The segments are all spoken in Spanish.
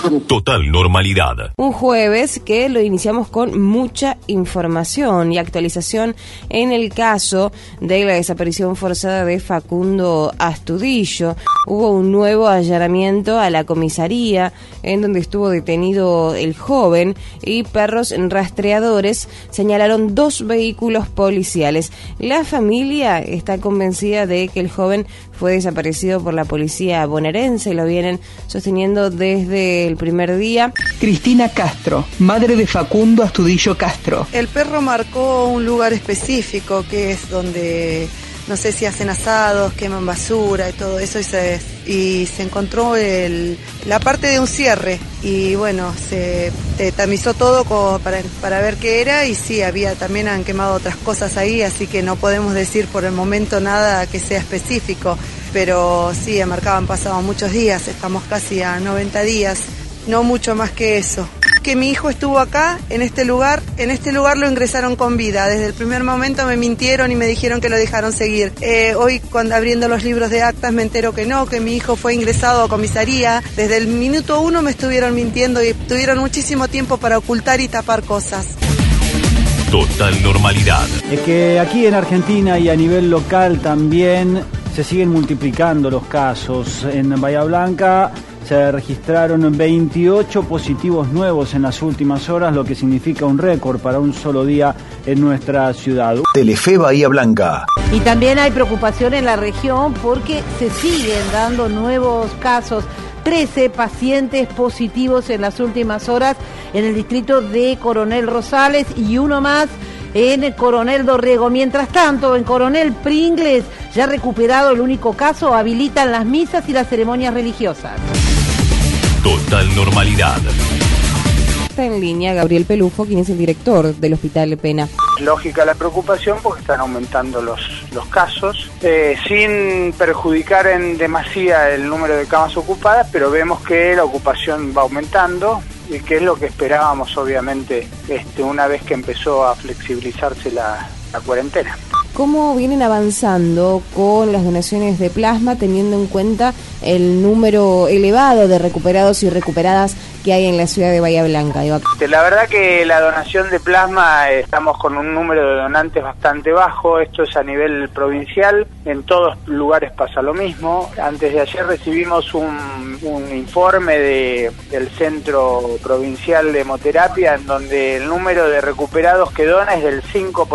Total normalidad. Un jueves que lo iniciamos con mucha información y actualización en el caso de la desaparición forzada de Facundo Astudillo. Hubo un nuevo allanamiento a la comisaría en donde estuvo detenido el joven y perros rastreadores señalaron 2 vehículos policiales. La familia está convencida de que el joven fue desaparecido por la policía bonaerense, lo vienen sosteniendo desde el primer día. Cristina Castro, madre de Facundo Astudillo Castro. El perro marcó un lugar específico que es donde, no sé si hacen asados, queman basura y todo eso, y se encontró la parte de un cierre y bueno, se tamizó todo como para ver qué era y sí, también han quemado otras cosas ahí, así que no podemos decir por el momento nada que sea específico, pero sí, han pasado muchos días, estamos casi a 90 días, no mucho más que eso. Que mi hijo estuvo acá, en este lugar lo ingresaron con vida. Desde el primer momento me mintieron y me dijeron que lo dejaron seguir. Hoy, cuando abriendo los libros de actas, me entero que no, que mi hijo fue ingresado a comisaría. Desde el minuto 1 me estuvieron mintiendo y tuvieron muchísimo tiempo para ocultar y tapar cosas. Total normalidad. Es que aquí en Argentina y a nivel local también se siguen multiplicando los casos. En Bahía Blanca se registraron 28 positivos nuevos en las últimas horas, lo que significa un récord para un solo día en nuestra ciudad. Telefe Bahía Blanca. Y también hay preocupación en la región porque se siguen dando nuevos casos. 13 pacientes positivos en las últimas horas en el distrito de Coronel Rosales y uno más en Coronel Dorrego. Mientras tanto, en Coronel Pringles, ya recuperado el único caso, habilitan las misas y las ceremonias religiosas. Total normalidad. Está en línea Gabriel Pelufo, quien es el director del Hospital Pena. Lógica la preocupación porque están aumentando los casos, sin perjudicar en demasía el número de camas ocupadas, pero vemos que la ocupación va aumentando y que es lo que esperábamos obviamente una vez que empezó a flexibilizarse la cuarentena. ¿Cómo vienen avanzando con las donaciones de plasma teniendo en cuenta el número elevado de recuperados y recuperadas que hay en la ciudad de Bahía Blanca? La verdad que la donación de plasma estamos con un número de donantes bastante bajo, esto es a nivel provincial, en todos lugares pasa lo mismo. Antes de ayer recibimos un informe del Centro Provincial de Hemoterapia en donde el número de recuperados que dona es del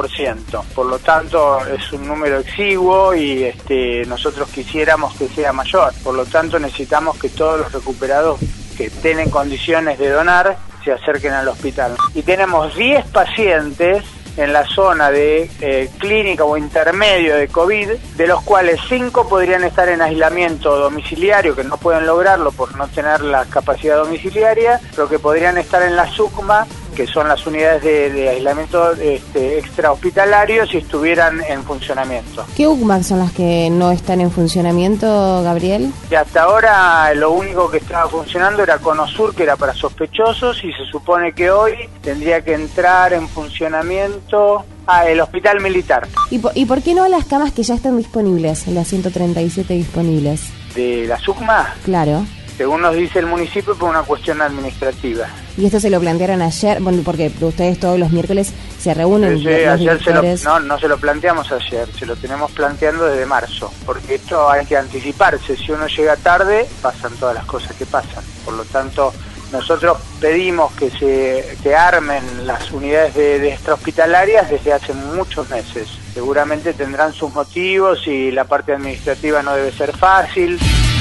5%, por lo tanto es un número exiguo y nosotros quisiéramos que sea mayor, por lo tanto necesitamos que todos los recuperados que estén en condiciones de donar se acerquen al hospital. Y tenemos 10 pacientes en la zona de clínica o intermedio de COVID, de los cuales 5 podrían estar en aislamiento domiciliario, que no pueden lograrlo por no tener la capacidad domiciliaria, pero que podrían estar en la SUCMA, que son las unidades de aislamiento extrahospitalario, si estuvieran en funcionamiento. ¿Qué UCMAC son las que no están en funcionamiento, Gabriel? Y hasta ahora lo único que estaba funcionando era Conosur, que era para sospechosos, y se supone que hoy tendría que entrar en funcionamiento el hospital militar. ¿Y por qué no las camas que ya están disponibles, las 137 disponibles? ¿De la SUCMA? Claro. Según nos dice el municipio, por una cuestión administrativa. ¿Y esto se lo plantearon ayer? Bueno, porque ustedes todos los miércoles se reúnen. Sí, ayer no se lo planteamos ayer, se lo tenemos planteando desde marzo, porque esto hay que anticiparse. Si uno llega tarde, pasan todas las cosas que pasan. Por lo tanto, nosotros pedimos que se armen las unidades de extrahospitalarias desde hace muchos meses. Seguramente tendrán sus motivos y la parte administrativa no debe ser fácil.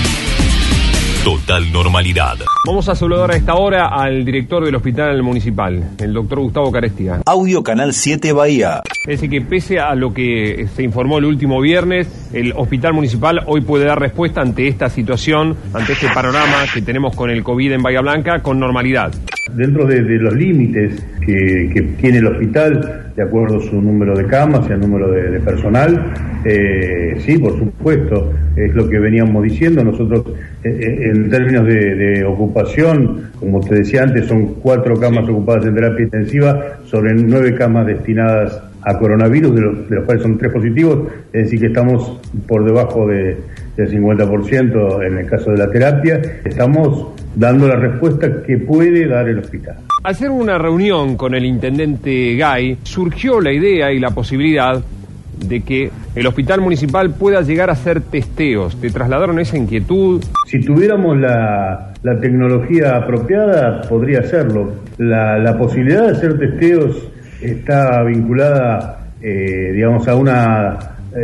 Total normalidad. Vamos a saludar a esta hora al director del Hospital Municipal, el doctor Gustavo Carestia. Audio Canal 7 Bahía. Es decir, que pese a lo que se informó el último viernes, el Hospital Municipal hoy puede dar respuesta ante esta situación, ante este panorama que tenemos con el COVID en Bahía Blanca, con normalidad. Dentro de los límites que tiene el hospital, de acuerdo a su número de camas y al número de personal, sí, por supuesto, es lo que veníamos diciendo. Nosotros, en términos de ocupación, como te decía antes, son 4 camas ocupadas en terapia intensiva sobre 9 camas destinadas a coronavirus, de los cuales son 3 positivos, es decir que estamos por debajo de del 50% en el caso de la terapia, estamos dando la respuesta que puede dar el hospital. Al hacer una reunión con el intendente Gay, surgió la idea y la posibilidad de que el hospital municipal pueda llegar a hacer testeos. ¿Te trasladaron esa inquietud? Si tuviéramos la tecnología apropiada, podría hacerlo. La posibilidad de hacer testeos está vinculada, digamos, a una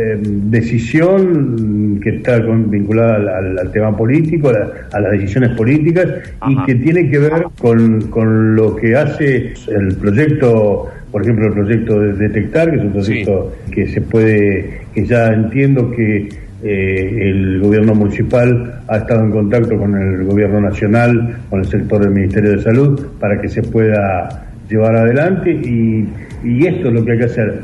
decisión que está vinculada al tema político, a las decisiones políticas. Ajá. Y que tiene que ver con lo que hace el proyecto, por ejemplo, el proyecto de Detectar, que es un proyecto que se puede, que ya entiendo que el gobierno municipal ha estado en contacto con el gobierno nacional, con el sector del Ministerio de Salud, para que se pueda llevar adelante, y esto es lo que hay que hacer.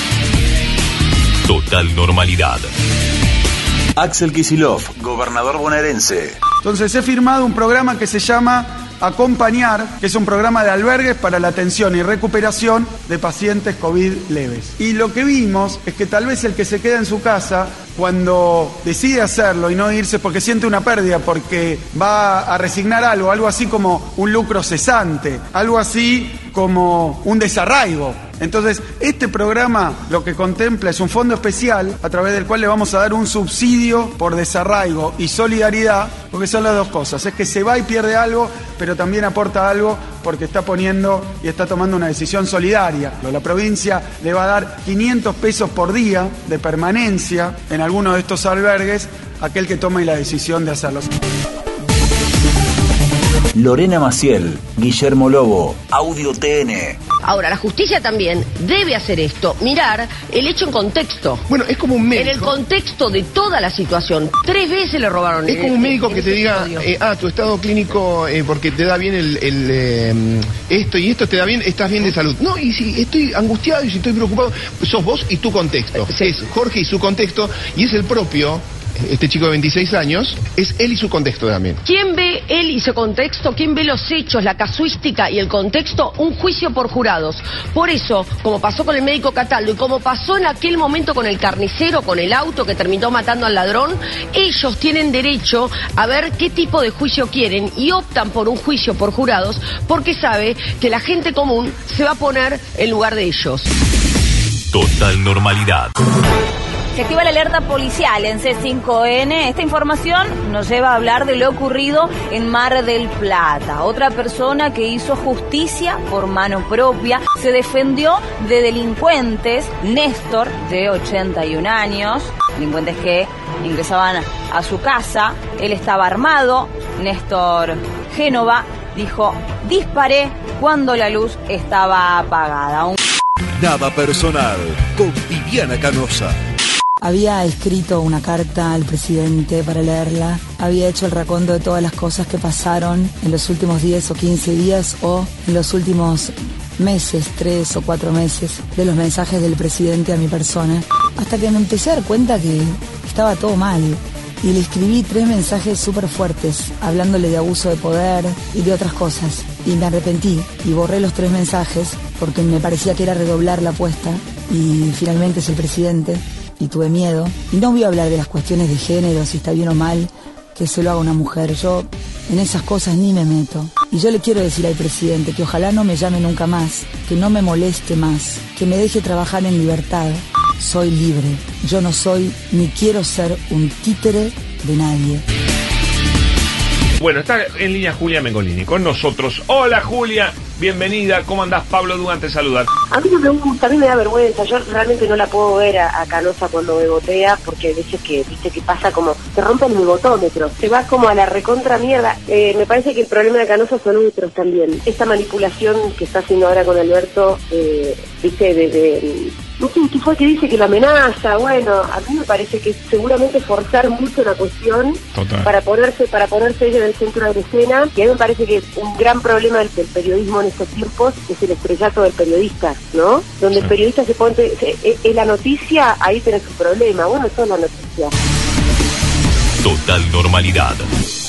Total normalidad. Axel Kicillof, gobernador bonaerense. Entonces he firmado un programa que se llama Acompañar, que es un programa de albergues para la atención y recuperación de pacientes COVID leves. Y lo que vimos es que tal vez el que se queda en su casa, cuando decide hacerlo y no irse porque siente una pérdida, porque va a resignar algo así como un lucro cesante, algo así como un desarraigo. Entonces, este programa lo que contempla es un fondo especial a través del cual le vamos a dar un subsidio por desarraigo y solidaridad, porque son las dos cosas. Es que se va y pierde algo, pero también aporta algo porque está poniendo y está tomando una decisión solidaria. La provincia le va a dar 500 pesos por día de permanencia en alguno de estos albergues a aquel que tome la decisión de hacerlo. Lorena Maciel, Guillermo Lobo, Audio TN. Ahora, la justicia también debe hacer esto, mirar el hecho en contexto. Bueno, es como un médico. En el contexto de toda la situación. 3 veces le robaron. Es como un médico que te diga, tu estado clínico, porque te da bien esto y esto te da bien, estás bien de salud. No, y si estoy angustiado y si estoy preocupado, sos vos y tu contexto. Sí. Es Jorge y su contexto, y es el propio. Este chico de 26 años, es él y su contexto también. ¿Quién ve él y su contexto? ¿Quién ve los hechos, la casuística y el contexto? Un juicio por jurados. Por eso, como pasó con el médico Cataldo y como pasó en aquel momento con el carnicero, con el auto que terminó matando al ladrón, ellos tienen derecho a ver qué tipo de juicio quieren y optan por un juicio por jurados porque sabe que la gente común se va a poner en lugar de ellos. Total normalidad. Se activa la alerta policial en C5N. Esta información nos lleva a hablar de lo ocurrido en Mar del Plata. Otra persona que hizo justicia por mano propia se defendió de delincuentes. Néstor, de 81 años, delincuentes que ingresaban a su casa. Él estaba armado. Néstor Génova dijo: disparé cuando la luz estaba apagada. Nada personal, con Viviana Canosa. Había escrito una carta al presidente para leerla, había hecho el raconto de todas las cosas que pasaron en los últimos 10 o 15 días o en los últimos meses, 3 o 4 meses, de los mensajes del presidente a mi persona, hasta que me empecé a dar cuenta que estaba todo mal. Y le escribí 3 mensajes súper fuertes, hablándole de abuso de poder y de otras cosas. Y me arrepentí y borré los 3 mensajes porque me parecía que era redoblar la apuesta. Y finalmente es el presidente. Y tuve miedo, y no voy a hablar de las cuestiones de género, si está bien o mal, que se lo haga una mujer. Yo en esas cosas ni me meto. Y yo le quiero decir al presidente que ojalá no me llame nunca más, que no me moleste más, que me deje trabajar en libertad. Soy libre, yo no soy ni quiero ser un títere de nadie. Bueno, está en línea Julia Mengolini con nosotros. Hola Julia, bienvenida. ¿Cómo andás? Pablo Dugan te saluda. A mí no me gusta, a mí me da vergüenza. Yo realmente no la puedo ver a Canosa cuando bebotea, porque a veces que, viste, que pasa como, se rompe el botómetro, se va como a la recontra mierda. Me parece que el problema de Canosa son otros también. Esta manipulación que está haciendo ahora con Alberto, viste, no sé qué fue que dice que lo amenaza. Bueno, a mí me parece que seguramente forzar mucho la cuestión. Total. para ponerse ella en el centro de la escena, y a mí me parece que un gran problema del periodismo en estos tiempos es el estrellato del periodista, ¿no? Donde el periodista se pone, es la noticia, ahí tenés un problema. Bueno, eso es la noticia. Total normalidad.